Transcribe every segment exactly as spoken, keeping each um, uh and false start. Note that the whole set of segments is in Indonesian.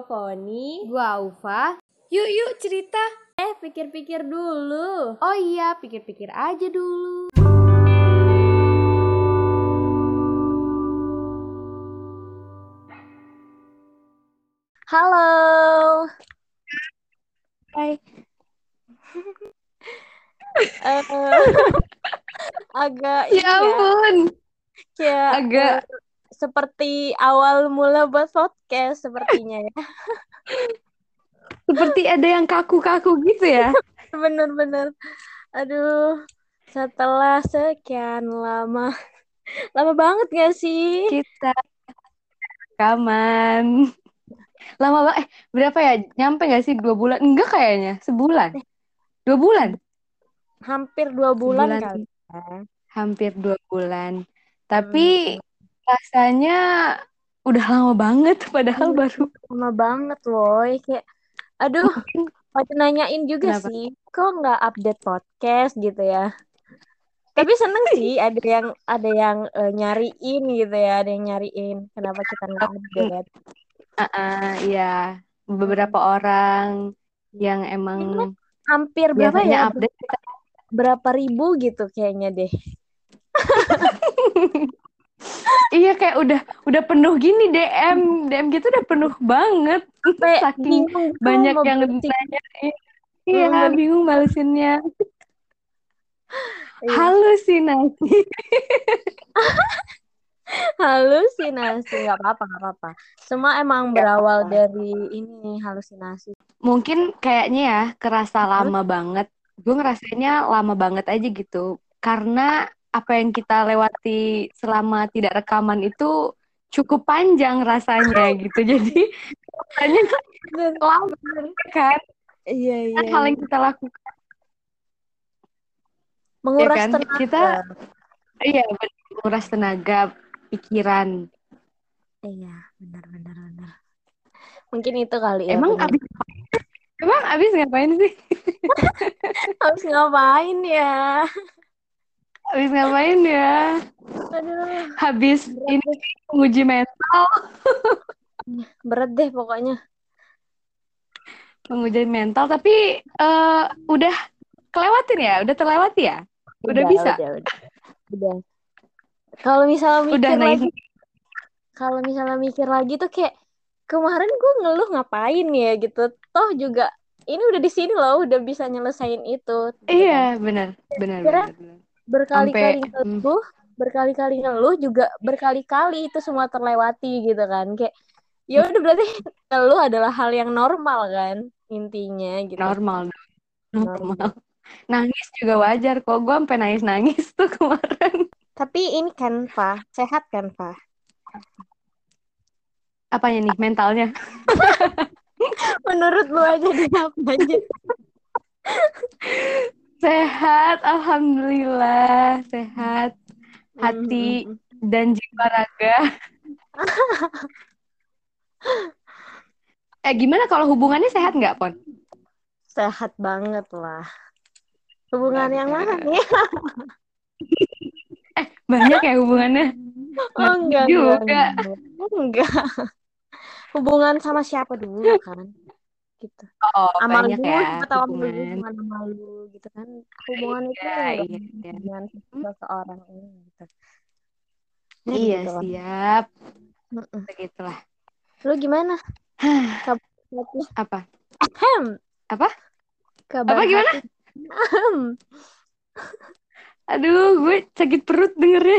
Gua Foni. Gua Aufa. Yuk yuk cerita. Eh pikir-pikir dulu. Oh iya, pikir-pikir aja dulu. Halo. Hai. uh, agak Ya ini ya. ampun. Kayak Agak uh, seperti awal mula buat podcast sepertinya ya. seperti ada yang kaku-kaku gitu ya. Bener-bener. Aduh, setelah sekian lama. Lama banget gak sih? Kita rekaman. Lama banget. Eh, berapa ya? Nyampe gak sih dua bulan? Enggak kayaknya. Sebulan. Dua bulan. Hampir dua bulan Sebulan. kali ya. Hampir dua bulan. Tapi Hmm. rasanya udah lama banget. Padahal Iya, baru. lama banget loh. Kayak, aduh, mau nanyain juga Kenapa? sih. Kok nggak update podcast gitu ya? Tapi seneng sih ada yang ada yang uh, nyariin gitu ya, ada yang nyariin kenapa kita nggak update. Uh, iya, beberapa Mm-mm. orang yang emang Ini hampir berapa biasanya ya? update. Berapa ribu gitu kayaknya deh. Iya, kayak udah udah penuh gini D M D M gitu udah penuh banget. Sampai Saking bingung gitu banyak mau yang balesin. nanyain. Iya, Mm, bener. bingung balesinnya. Iya. Halusinasi. Halusinasi, nggak apa-apa, nggak apa-apa. Semua emang Nggak berawal apa-apa. dari ini halusinasi. Mungkin kayaknya ya kerasa Hmm? lama banget. Gue ngerasainnya lama banget aja gitu. Karena apa yang kita lewati selama tidak rekaman itu cukup panjang rasanya gitu. Jadi rasanya Bener, lama bener. kan. Iya, Kan iya, hal iya. yang kita lakukan ya Menguras kan. Kita tenaga. iya bener, menguras tenaga, pikiran. Iya, benar, benar, benar. Mungkin itu kali ya Emang penyebab. abis emang abis ngapain sih? Harus ngapain ya? Abis ngapain ya? Aduh, Habis berat ini deh. menguji mental. Berat deh pokoknya. Menguji mental tapi eh, udah kelewatin ya, udah terlewati ya, udah Udah, bisa, udah, udah. Udah. Kalau misalnya udah mikir nangis. lagi, kalau misalnya mikir lagi tuh kayak kemarin gue ngeluh ngapain ya gitu. Toh juga ini udah di sini loh, udah bisa nyelesain itu gitu Iya kan. benar benar Kira benar benar sampai berkali-kali hmm, ngeluh, berkali-kali ngeluh juga berkali-kali itu semua terlewati gitu kan. Kayak ya udah berarti ngeluh adalah hal yang normal kan intinya gitu. normal normal. Normal. Nangis juga wajar kok, gue sampai nangis nangis tuh kemarin. Tapi ini kan, Pak, sehat kan, Pak? Apanya nih mentalnya? Menurut lu aja di aja. Sehat, alhamdulillah sehat, hati Mhm. dan jiwa raga. Eh gimana kalau hubungannya sehat nggak Pon? Sehat banget lah. Hubungan yang mana Bagus. nih? Eh banyak ya hubungannya? Oh, Ngerti enggak, enggak, juga. enggak. Enggak. Hubungan sama siapa dulu kan? Gitu. Oh Amal banyak lu, ya siapa tahu amal lu hubungan. hubungan sama lu gitu kan. Hubungan itu Iya enggak iya iya. dengan Hmm, seseorang ini gitu. Ya iya begitulah. siap. Mm-mm. Begitulah. Lu gimana? Kabar hati? Apa? Ahem. Apa? Kabar Apa gimana? hati? Ahem. Aduh, gue sakit perut dengernya.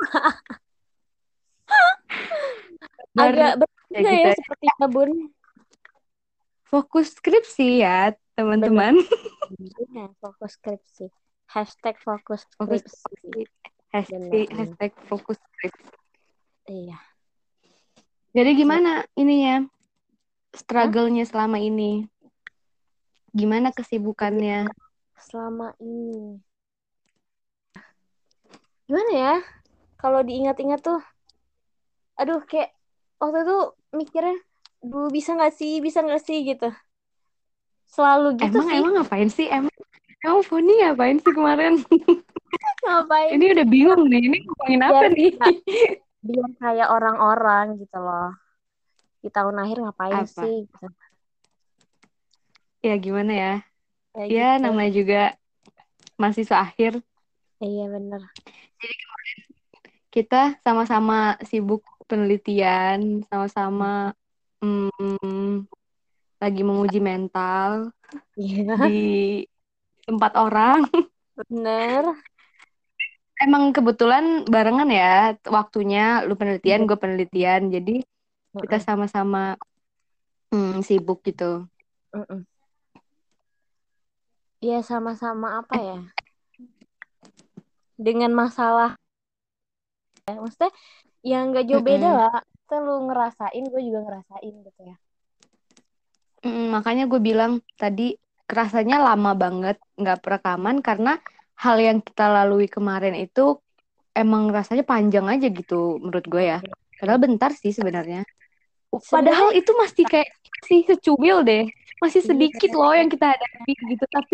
Bar, Agak ya berbeda gitu ya aja. seperti kebun. Fokus skripsi ya, Bener. teman-teman. Iya, fokus skripsi. Hashtag fokus Fokus skripsi. skripsi. Bener, Hashtag, bener. hashtag fokus skripsi. Iya. Jadi Nah, gimana ininya? hah? Struggle-nya selama ini? Gimana kesibukannya? Selama ini. Gimana ya? Kalau diingat-ingat tuh, aduh kayak waktu itu mikirnya, duh bisa nggak sih, bisa nggak sih gitu. Selalu gitu Emang, sih. emang ngapain sih? Emang, emang Foni ngapain sih kemarin? Ngapain? Ini udah bingung nih, ini ngomongin apa Biar nih? kayak, biar kayak orang-orang gitu loh. di tahun akhir ngapain Apa? sih gitu. Ya gimana ya? Kayak Ya gitu. namanya juga mahasiswa akhir. Iya bener. Kita sama-sama sibuk penelitian, sama-sama mm, lagi menguji mental Iya di tempat orang. bener. Emang kebetulan barengan ya waktunya, lu penelitian, Iya. gue penelitian. Jadi kita Mm-mm. sama-sama mm, sibuk gitu. Mm-mm. Iya sama-sama apa ya? Dengan masalah ya. Maksudnya yang nggak jauh beda Mm-mm. lah. Kita lu ngerasain, gue juga ngerasain gitu ya. Mm, makanya gue bilang tadi kerasanya lama banget nggak perekaman karena hal yang kita lalui kemarin itu emang rasanya panjang aja gitu menurut gue ya. Padahal bentar sih sebenarnya. Padahal Sebenarnya itu masih kayak masih secuil deh, masih iya. sedikit loh yang kita hadapi gitu. Tapi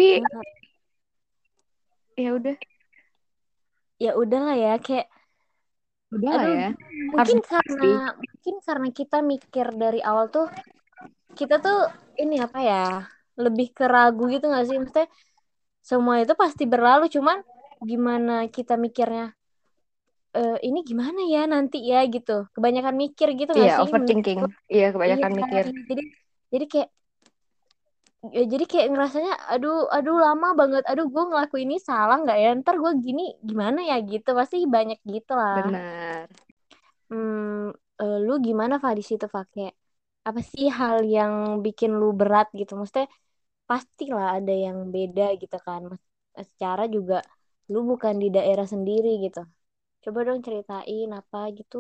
ya udah, Ya udahlah ya kayak udah lah aduh ya. Harus mungkin karena dilatih. mungkin karena kita mikir dari awal tuh kita tuh ini apa ya lebih ke ragu gitu nggak sih maksudnya semua itu pasti berlalu cuman gimana kita mikirnya "Eh, ini gimana ya nanti ya gitu kebanyakan mikir gitu Iya, nggak sih overthinking. menurutku Iya, iya kebanyakan mikir. jadi jadi kayak ya, jadi kayak ngerasanya aduh aduh lama banget aduh gue ngelakuin ini salah nggak ya ntar gue gini gimana ya gitu pasti banyak gitu lah. Benar. Hmm, eh, lu gimana Fa di situ Fa? Kayak apa sih hal yang bikin lu berat gitu? Maksudnya pastilah ada yang beda gitu kan. Mas- Secara juga lu bukan di daerah sendiri gitu. Coba dong ceritain apa gitu.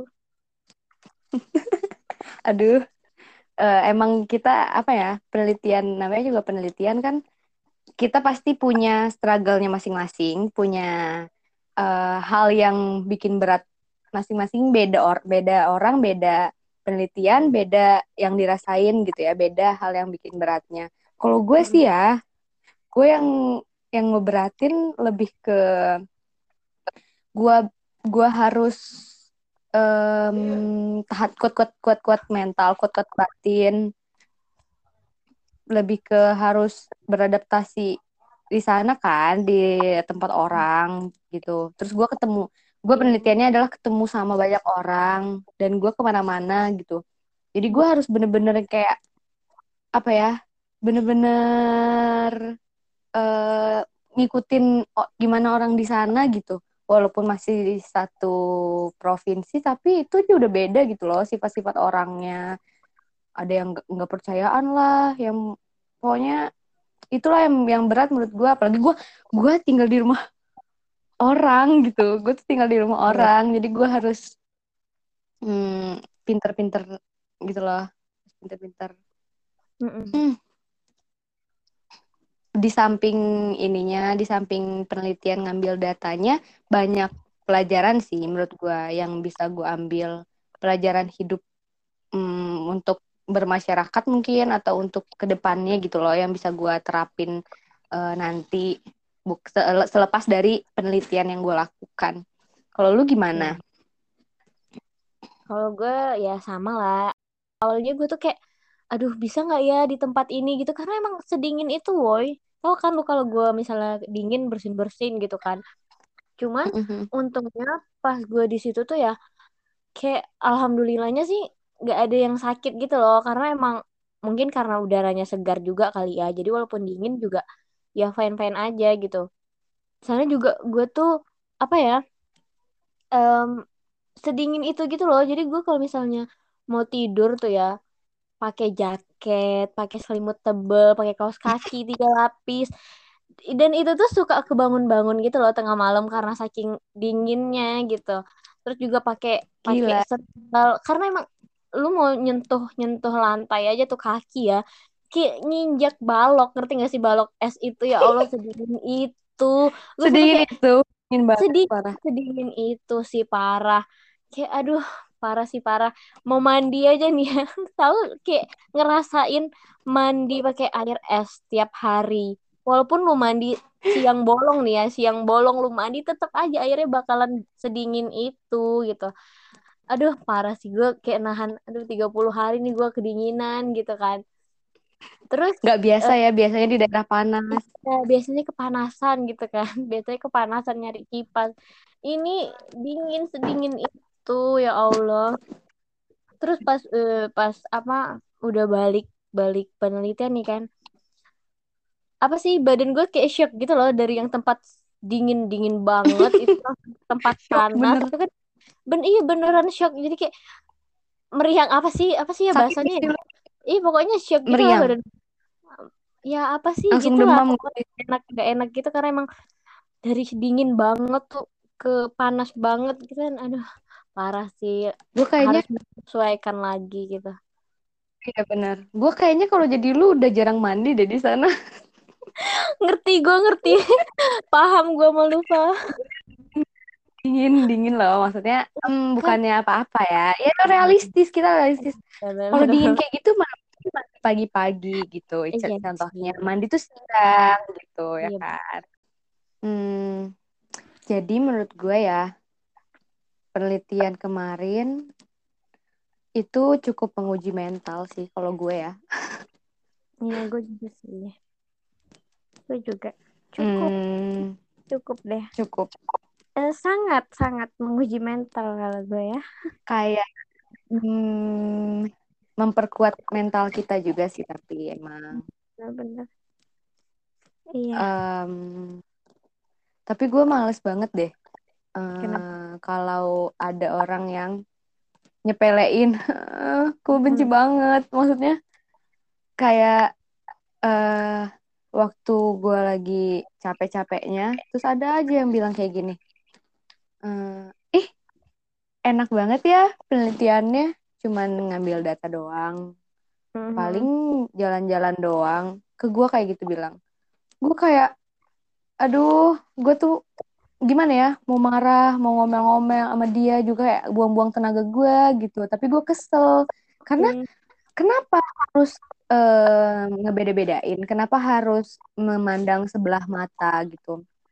Aduh, eh, emang kita apa ya, penelitian namanya juga penelitian kan kita pasti punya struggle-nya masing-masing, punya eh, hal yang bikin berat masing-masing beda or beda orang, beda penelitian, beda yang dirasain gitu ya, beda hal yang bikin beratnya. Kalau gue sih Mm-mm. ya, gue yang yang ngeberatin lebih ke gue gue harus em tahan kuat kuat kuat kuat mental, kuat kuat batin, lebih ke harus beradaptasi di sana kan di tempat orang gitu. Terus gue ketemu, gue Iya. penelitiannya adalah ketemu sama banyak orang dan gue kemana-mana gitu. Jadi gue harus bener-bener kayak apa ya, bener-bener eh, ngikutin o- gimana orang di sana gitu. Walaupun masih di satu provinsi, tapi itu aja udah beda gitu loh sifat-sifat orangnya. Ada yang nggak nggak percayaan lah, yang pokoknya itulah yang yang berat menurut gue. Apalagi gue gue tinggal di rumah orang gitu. Gue tuh tinggal di rumah Iya. orang, jadi gue harus hmm, pinter-pinter gitu loh, pinter-pinter. Mm-mm. Hmm, di samping ininya, di samping penelitian ngambil datanya, banyak pelajaran sih menurut gue yang bisa gue ambil, pelajaran hidup hmm, untuk bermasyarakat mungkin atau untuk kedepannya gitu loh yang bisa gue terapin eh, nanti buk- se- selepas dari penelitian yang gue lakukan. Kalau lu gimana? Iya. Kalau gue ya sama lah. Awalnya gue tuh kayak, aduh bisa nggak ya di tempat ini gitu karena emang sedingin itu woi. Tahu kan lu kalau gue misalnya dingin bersin-bersin gitu kan. Cuman untungnya pas gue di situ tuh ya kayak alhamdulillahnya sih nggak ada yang sakit gitu loh karena emang mungkin karena udaranya segar juga kali ya. Jadi walaupun dingin juga ya fine-fine aja gitu. Soalnya juga gue tuh apa ya em, sedingin itu gitu loh. Jadi gue kalau misalnya mau tidur tuh ya pakai jaket, pakai selimut tebel, pakai kaos kaki tiga lapis. Dan itu tuh suka kebangun-bangun gitu loh tengah malam karena saking dinginnya gitu. Terus juga pakai pakai Gila, sendal karena emang lu mau nyentuh nyentuh lantai aja tuh kaki ya. Kayak nginjak balok, ngerti gak sih balok es itu ya Allah sedingin itu. Gue sampai sedingin kayak itu, dingin banget sedih parah. sedingin itu sih parah kayak aduh parah sih parah mau mandi aja nih ya tahu kayak ngerasain mandi pakai air es tiap hari walaupun lu mandi siang bolong nih ya siang bolong lu mandi tetap aja airnya bakalan sedingin itu gitu Aduh parah sih gue kayak nahan, aduh tiga puluh hari nih gue kedinginan gitu kan. Terus Nggak biasa eh, ya, biasanya di daerah panas. ya, biasanya kepanasan gitu kan. Biasanya kepanasan nyari kipas. Ini dingin sedingin itu ya Allah. Terus pas eh, pas apa udah balik balik penelitian nih kan. Apa sih badan gue kayak shock gitu loh dari yang tempat dingin dingin banget itu langsung ke tempat Shock panas bener. itu kan. Ben iya beneran shock. Jadi kayak meriang apa sih apa sih ya Sakit bahasanya gak ya? sih lu? Ih pokoknya shock gitu lah Meriang. badan. Ya apa sih Langsung gitu lah demam pokoknya gitu. enak gak enak gitu karena emang dari dingin banget tuh ke panas banget gitu kan. Aduh parah sih, Gue kayaknya, harus menyesuaikan lagi gitu. iya benar. Gue kayaknya kalau jadi lu udah jarang mandi deh di sana. Ngerti gue ngerti. Paham gue sama Lufa. Dingin, dingin loh. Maksudnya em, Kan bukannya apa-apa ya. Ya realistis, kita realistis. Kalau dingin kayak gitu malah mandi pagi-pagi gitu. iya C- Contohnya sih, mandi tuh siang gitu ya iya. kan. Hmm, jadi menurut gue ya penelitian kemarin itu cukup menguji mental sih kalau gue ya. Iya gue juga sih, gue juga cukup Hmm, cukup deh. cukup Eh, sangat sangat menguji mental kalau gue ya. kayak hmm, memperkuat mental kita juga sih tapi emang. Benar-benar. Iya. Em, tapi gue males banget deh Kenapa? eh, kalau ada orang yang nyepelein. Gue benci Hmm. banget. Maksudnya kayak eh waktu gue lagi capek-capeknya, terus ada aja yang bilang kayak gini. eh, Ih, enak banget ya penelitiannya. Cuman ngambil data doang. Paling Mhm. jalan-jalan doang. Ke gue kayak gitu bilang. Gue kayak, aduh, gue tuh gimana ya, mau marah, mau ngomel-ngomel sama dia juga kayak buang-buang tenaga gue gitu. Tapi gue kesel. Karena Iya. kenapa harus eh, ngebeda-bedain? Kenapa harus memandang sebelah mata gitu?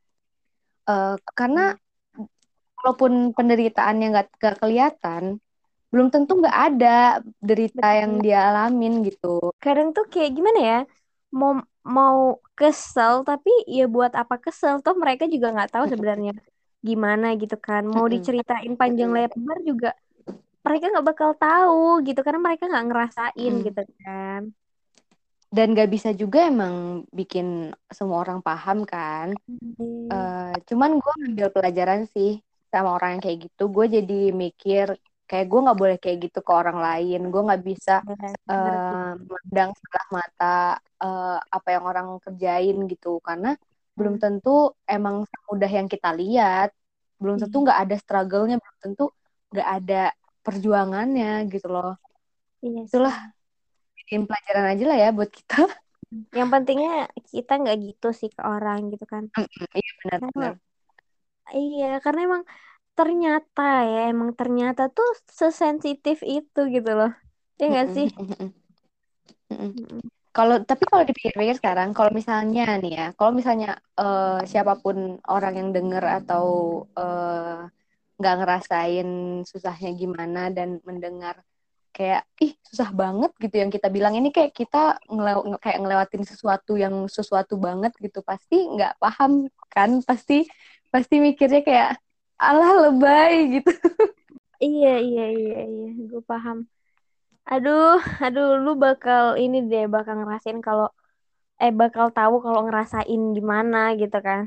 Eh, karena walaupun penderitaannya nggak nggak kelihatan, belum tentu nggak ada derita yang Betul. dia alamin gitu. Kadang tuh kayak gimana ya? Mau mau kesel tapi ya buat apa kesel? Toh mereka juga nggak tahu sebenarnya gimana gitu kan. Mau Mm-mm, diceritain panjang mm-mm, lebar juga mereka nggak bakal tahu gitu karena mereka nggak ngerasain mm-mm. gitu kan. Dan nggak bisa juga emang bikin semua orang paham kan. Hmm. Eh, cuman gue ambil pelajaran sih sama orang yang kayak gitu. Gue jadi mikir kayak gue nggak boleh kayak gitu ke orang lain. Gue nggak bisa Ya, bener sih. eh, memandang sebelah mata eh, apa yang orang kerjain gitu. Karena belum Hmm. tentu emang semudah yang kita lihat. Belum tentu Iya, nggak ada struggle-nya. Belum tentu nggak ada perjuangannya gitu loh. iya sih. Itulah bikin pelajaran aja lah ya buat kita. Yang pentingnya kita nggak gitu sih ke orang gitu kan. Iya Karena benar-benar. iya, karena emang ternyata ya, emang ternyata tuh sesensitif itu gitu loh. Ya nggak sih? Mm-mm. Mm-mm. Kalau tapi kalau dipikir-pikir sekarang, kalau misalnya nih ya, kalau misalnya eh, siapapun orang yang denger atau eh, nggak ngerasain susahnya gimana dan mendengar kayak ih susah banget gitu yang kita bilang ini kayak kita ngelew- nge- kayak ngelewatin sesuatu yang sesuatu banget gitu pasti nggak paham kan pasti pasti mikirnya kayak alah lebay gitu. Iya, iya, iya, iya, gue paham. Aduh, aduh, lu bakal ini deh, bakal ngerasain kalau, eh bakal tahu kalau ngerasain gimana gitu kan.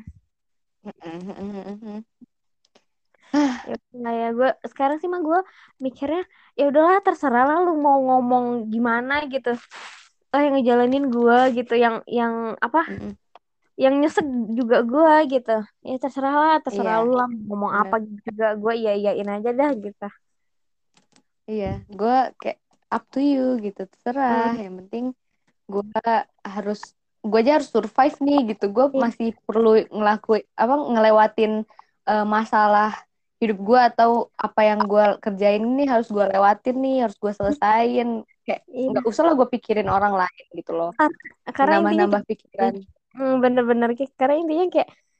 Ya udah ya, gue sekarang sih mah gue mikirnya ya udahlah terserah lah lu mau ngomong gimana gitu. Oh yang ngejalanin gue gitu, yang yang apa? Yang nyesek juga gue gitu. Ya terserah lah, terserah lu Iya lah mau ngomong apa benar. juga gue iya iyain aja dah gitu. Iya, gue kayak up to you gitu, terserah. Hmm, Yang penting gue harus, gue aja harus survive nih gitu. Gue iya, masih perlu ngelakuin apa, ngelewatin eh, masalah hidup gue atau apa yang gue kerjain ini harus gue lewatin nih, harus gue selesain. Kayak nggak iya. usah lah gue pikirin orang lain gitu loh. Kar- Karena intinya Nambah-nambah kayak, pikiran. hmm, bener-bener kayak- karena intinya kayak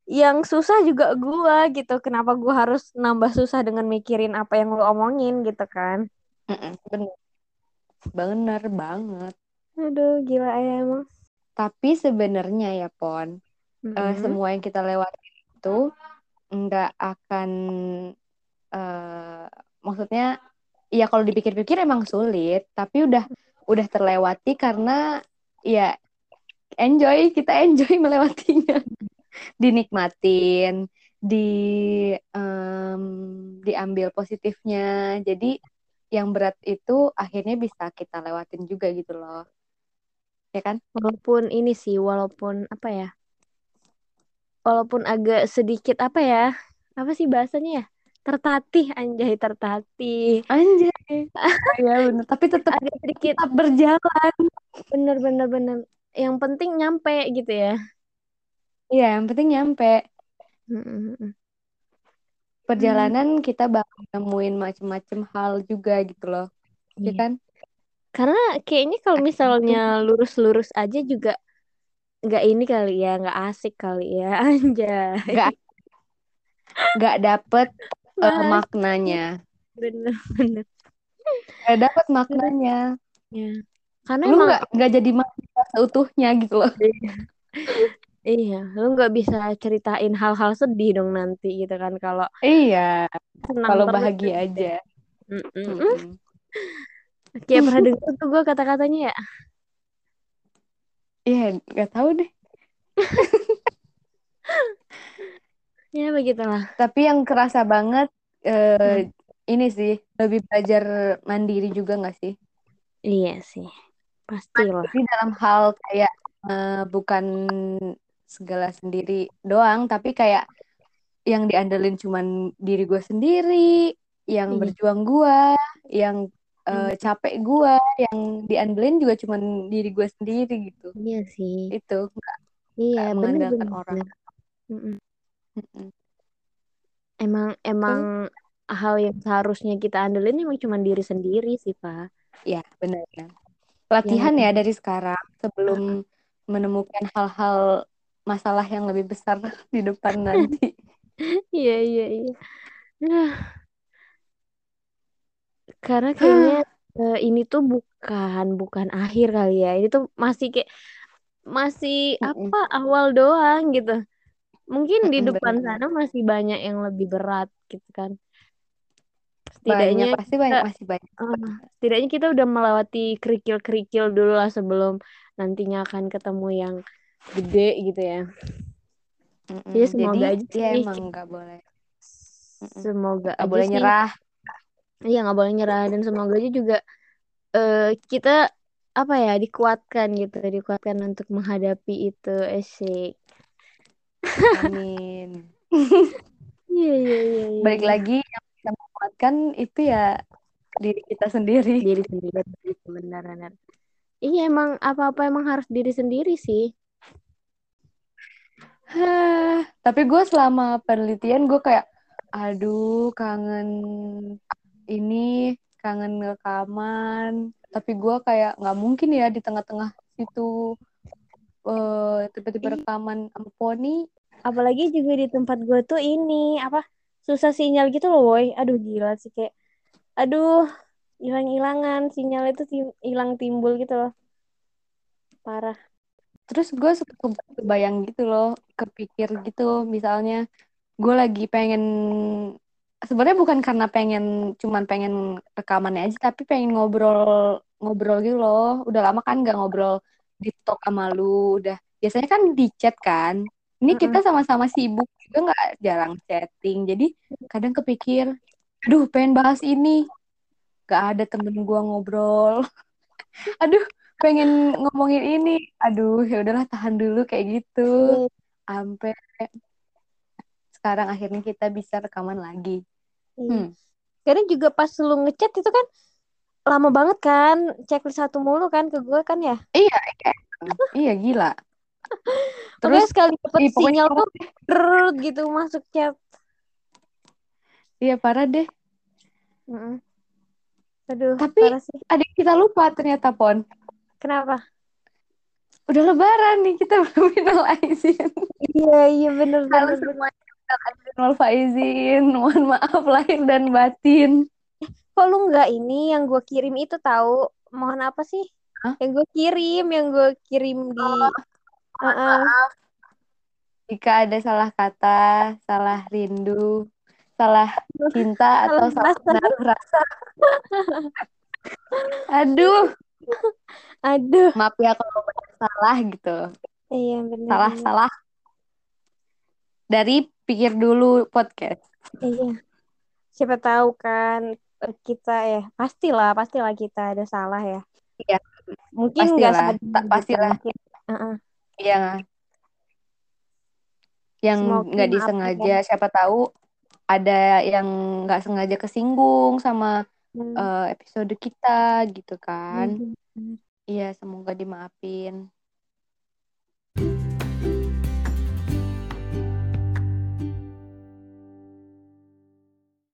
yang susah juga gua gitu. Kenapa gua harus nambah susah dengan mikirin apa yang lu omongin gitu kan? Mm-mm, bener, bener banget. Aduh, gila ya emang. Tapi sebenarnya ya Pon, eh, Mm-mm. semua yang kita lewati itu nggak akan, eh, maksudnya ya kalau dipikir-pikir emang sulit, tapi udah udah terlewati karena ya enjoy, kita enjoy melewatinya, dinikmatin, di em, diambil positifnya. Jadi yang berat itu akhirnya bisa kita lewatin juga gitu loh, ya kan? Walaupun ini sih, walaupun apa ya? Walaupun agak sedikit apa ya? Apa sih bahasanya ya? Tertatih, anjay tertatih. Anjay, ya bener. Tapi tetap Agak sedikit tetap berjalan. bener-bener bener. Yang penting nyampe gitu ya. Iya, yang penting nyampe. Mm-mm. Hmm, Perjalanan kita bakal nemuin macem-macem hal juga gitu loh, ya iya. kan? Karena kayaknya kalau misalnya Itu lurus-lurus aja juga nggak ini kali ya, nggak asik kali ya, anjay. nggak nggak dapet Nggak eh, asik, maknanya, bener-bener. nggak dapet maknanya. Ya. Karena Lu emang nggak nggak jadi manusia seutuhnya gitu loh. iya, lu nggak bisa ceritain hal-hal sedih dong nanti gitu kan kalau Iya, senang kalau terus bahagia gitu. aja. Mm-mm. Mm-mm. Kayak pernah denger tuh gue kata-katanya ya. Iya, nggak tahu deh. Ya begitulah. Tapi yang kerasa banget, eh, Hmm. ini sih lebih belajar mandiri juga nggak sih? Iya sih, pastilah. Mandiri dalam hal kayak, eh, bukan segala sendiri doang, tapi kayak yang diandelin cuman diri gue sendiri, yang Iya. berjuang gue, yang eh, Mm, capek gue, yang diandelin juga cuman diri gue sendiri gitu. iya sih. Itu nggak Iya, nggak mengandalkan bener-bener. orang. Bener. Mm-mm. Mm-mm. Emang emang Tuh, hal yang seharusnya kita andelin emang cuma diri sendiri sih, Pak. ya benar. Yang Latihan ya emang dari sekarang sebelum ah, menemukan hal-hal masalah yang lebih besar di depan nanti. iya iya iya. Nah, karena kayaknya eh, ini tuh bukan bukan akhir kali ya. Ini tuh masih kayak masih Mm-mm. apa awal doang gitu. Mungkin di Mm-mm, depan bener-bener. sana masih banyak yang lebih berat gitu kan. Setidaknya Banyak, pasti kita banyak, masih banyak. eh, setidaknya kita udah melewati kerikil-kerikil dulu lah sebelum nantinya akan ketemu yang gede gitu ya. Mm-mm. Jadi Jadi semoga aja ya sih, emang nggak boleh, mm-mm, semoga nggak aja boleh sih, nyerah. iya nggak boleh nyerah dan semoga aja juga eh, kita apa ya dikuatkan gitu, dikuatkan untuk menghadapi itu asik. Amin. Iya iya iya iya. Balik Iya. lagi yang bisa menguatkan itu ya diri kita sendiri. Diri sendiri benar-benar. Iya emang apa-apa emang harus diri sendiri sih. Hah, tapi gue selama penelitian gue kayak, aduh kangen ini, kangen rekaman. Tapi gue kayak nggak mungkin ya di tengah-tengah situ, eh, tiba-tiba Ih, rekaman sama Poni. apalagi juga di tempat gue tuh ini apa susah sinyal gitu loh, boy. Aduh gila sih kayak, aduh hilang-hilangan sinyal itu tim- hilang timbul gitu loh, parah. Terus gue suka ke- kebayang gitu loh, kepikir gitu, misalnya gue lagi pengen, sebenarnya bukan karena pengen, cuman pengen rekamannya aja, tapi pengen ngobrol ngobrol gitu loh. Udah lama kan nggak ngobrol di talk sama lu, udah biasanya kan di chat kan. Ini kita Mm-mm. sama-sama sibuk juga, nggak jarang chatting, jadi kadang kepikir, aduh pengen bahas ini, gak ada temen gue ngobrol. Aduh pengen ngomongin ini, aduh ya udahlah tahan dulu kayak gitu, Iya, sampai sekarang akhirnya kita bisa rekaman lagi. iya. Hmm. Kadang juga pas lu ngechat itu kan lama banget kan, checklist satu mulu kan ke gue kan ya. Iya, iya, iya gila. Terus, Makanya sekali dapet ih, pokoknya sinyal parah tuh deh. brrrr gitu masuk chat. Iya parah deh. Mm-mm. Aduh, Tapi parah sih. ada yang kita lupa ternyata Pon. Kenapa? Udah lebaran nih kita belum minal aizin. Iya, iya bener Halo bener bener. semuanya, minal aizin wal faizin. Mohon maaf lahir dan batin. Kok lu nggak ini yang gue kirim itu tahu? Mohon apa sih? Hah? Yang gue kirim, yang gue kirim di. Mohon Heeh. maaf jika ada salah kata, salah rindu, salah cinta atau Salah salah rasa. menaruh rasa. Aduh, Aduh. maaf ya kalau banyak salah gitu. Iya bener-bener. Salah-salah dari pikir dulu podcast. Iya. Siapa tahu kan eh, kita ya pastilah pastilah kita ada salah ya. Iya, Mungkin nggak pastilah. sadar Tak gitu. pastilah. Mungkin. Heeh. Iya, yang Semoga nggak maafin ya. disengaja. Siapa tahu ada yang nggak sengaja kesinggung sama Hmm. eh, episode kita gitu kan. Bener-bener. Iya, semoga dimaafin.